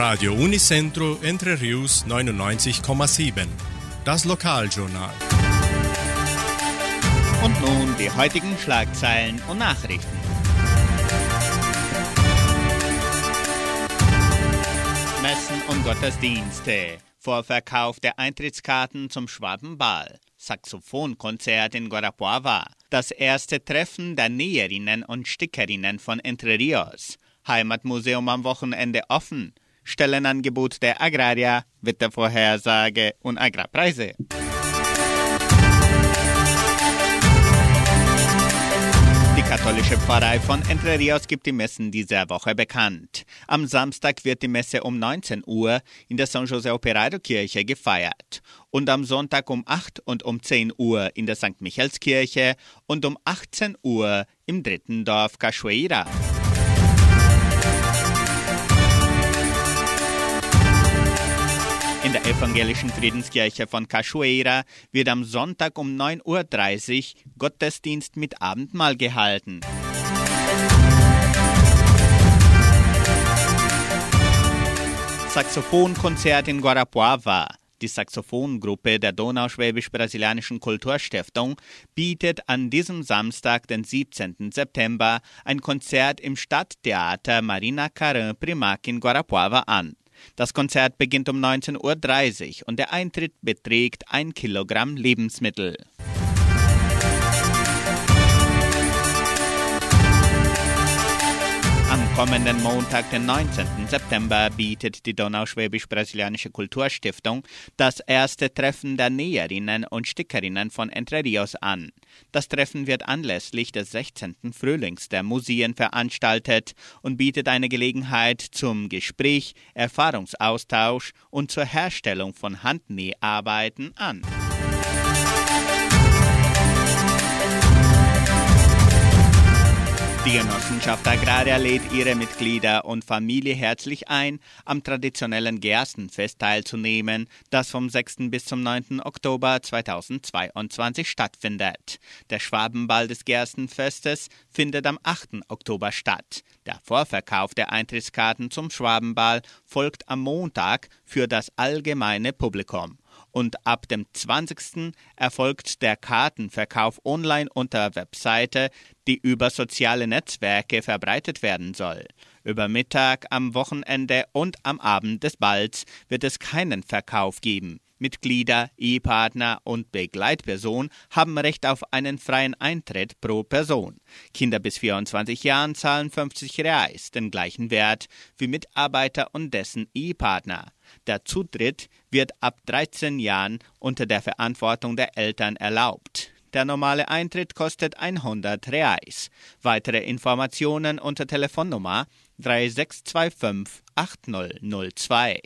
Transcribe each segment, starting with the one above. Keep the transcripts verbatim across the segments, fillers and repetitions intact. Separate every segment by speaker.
Speaker 1: Radio Unicentro Entre Rius neunundneunzig Komma sieben. Das Lokaljournal.
Speaker 2: Und nun die heutigen Schlagzeilen und Nachrichten. Messen und Gottesdienste. Vorverkauf der Eintrittskarten zum Schwabenball. Saxophonkonzert in Guarapuava. Das erste Treffen der Näherinnen und Stickerinnen von Entre Rios. Heimatmuseum am Wochenende offen. Stellenangebot der Agraria, Wettervorhersage und Agrarpreise. Die katholische Pfarrei von Entre Rios gibt die Messen dieser Woche bekannt. Am Samstag wird die Messe um neunzehn Uhr in der San José Operario Kirche gefeiert und am Sonntag um acht und um zehn Uhr in der Sankt Michaelskirche und um achtzehn Uhr im dritten Dorf Cachoeira. In der evangelischen Friedenskirche von Cachoeira wird am Sonntag um neun Uhr dreißig Gottesdienst mit Abendmahl gehalten. Saxophonkonzert in Guarapuava. Die Saxophongruppe der Donauschwäbisch-Brasilianischen Kulturstiftung bietet an diesem Samstag, den siebzehnten September, ein Konzert im Stadttheater Marina Carin Primac in Guarapuava an. Das Konzert beginnt um neunzehn Uhr dreißig und der Eintritt beträgt ein Kilogramm Lebensmittel. Am kommenden Montag, den neunzehnten September, bietet die Donauschwäbisch-Brasilianische Kulturstiftung das erste Treffen der Näherinnen und Stickerinnen von Entre Rios an. Das Treffen wird anlässlich des sechzehnten Frühlings der Museen veranstaltet und bietet eine Gelegenheit zum Gespräch, Erfahrungsaustausch und zur Herstellung von Handnäharbeiten an. Die Genossenschaft Agraria lädt ihre Mitglieder und Familie herzlich ein, am traditionellen Gerstenfest teilzunehmen, das vom sechsten bis zum neunten Oktober zweitausendzweiundzwanzig stattfindet. Der Schwabenball des Gerstenfestes findet am achten Oktober statt. Der Vorverkauf der Eintrittskarten zum Schwabenball folgt am Montag für das allgemeine Publikum. Und ab dem zwanzigsten erfolgt der Kartenverkauf online unter Webseite, die über soziale Netzwerke verbreitet werden soll. Über Mittag, am Wochenende und am Abend des Balls wird es keinen Verkauf geben. Mitglieder, Ehepartner und Begleitperson haben Recht auf einen freien Eintritt pro Person. Kinder bis vierundzwanzig Jahren zahlen fünfzig Reais, den gleichen Wert wie Mitarbeiter und dessen Ehepartner. Der Zutritt wird ab dreizehn Jahren unter der Verantwortung der Eltern erlaubt. Der normale Eintritt kostet hundert Reais. Weitere Informationen unter Telefonnummer drei sechs zwei fünf acht null null zwei.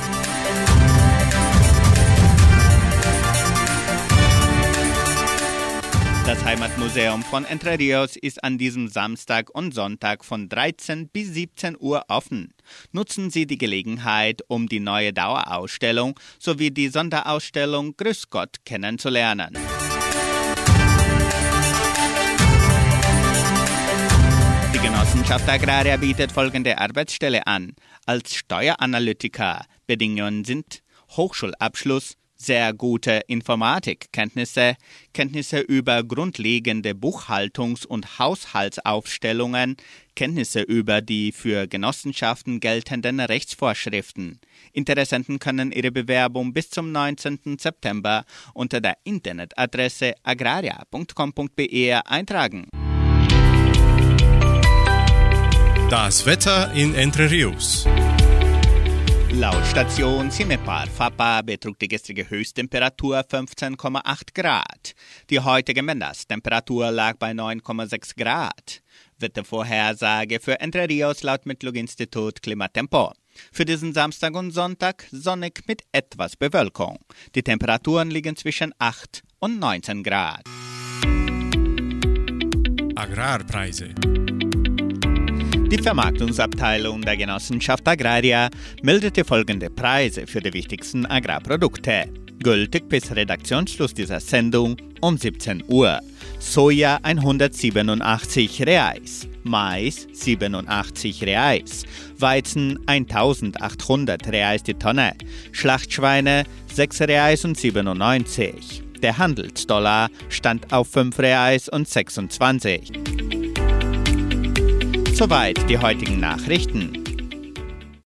Speaker 2: Das Heimatmuseum von Entre Rios ist an diesem Samstag und Sonntag von dreizehn bis siebzehn Uhr offen. Nutzen Sie die Gelegenheit, um die neue Dauerausstellung sowie die Sonderausstellung Grüß Gott kennenzulernen. Die Genossenschaft Agraria bietet folgende Arbeitsstelle an. Als Steueranalytiker. Bedingungen sind Hochschulabschluss, sehr gute Informatikkenntnisse, Kenntnisse über grundlegende Buchhaltungs- und Haushaltsaufstellungen, Kenntnisse über die für Genossenschaften geltenden Rechtsvorschriften. Interessenten können ihre Bewerbung bis zum neunzehnten September unter der Internetadresse agraria punkt com punkt b r eintragen.
Speaker 1: Das Wetter in Entre Rios.
Speaker 2: Laut Station Cimepar Fapa betrug die gestrige Höchsttemperatur fünfzehn Komma acht Grad. Die heutige Mindesttemperatur lag bei neun Komma sechs Grad. Wettervorhersage für Entre Rios laut Metlog-Institut Klimatempo. Für diesen Samstag und Sonntag sonnig mit etwas Bewölkung. Die Temperaturen liegen zwischen acht und neunzehn Grad.
Speaker 1: Agrarpreise.
Speaker 2: Die Vermarktungsabteilung der Genossenschaft Agraria meldete folgende Preise für die wichtigsten Agrarprodukte. Gültig bis Redaktionsschluss dieser Sendung um siebzehn Uhr. Soja hundertsiebenundachtzig Reais, Mais siebenundachtzig Reais, Weizen eintausendachthundert Reais die Tonne, Schlachtschweine sechs Reais und siebenundneunzig. Der Handelsdollar stand auf fünf Reais und sechsundzwanzig. Soweit die heutigen Nachrichten.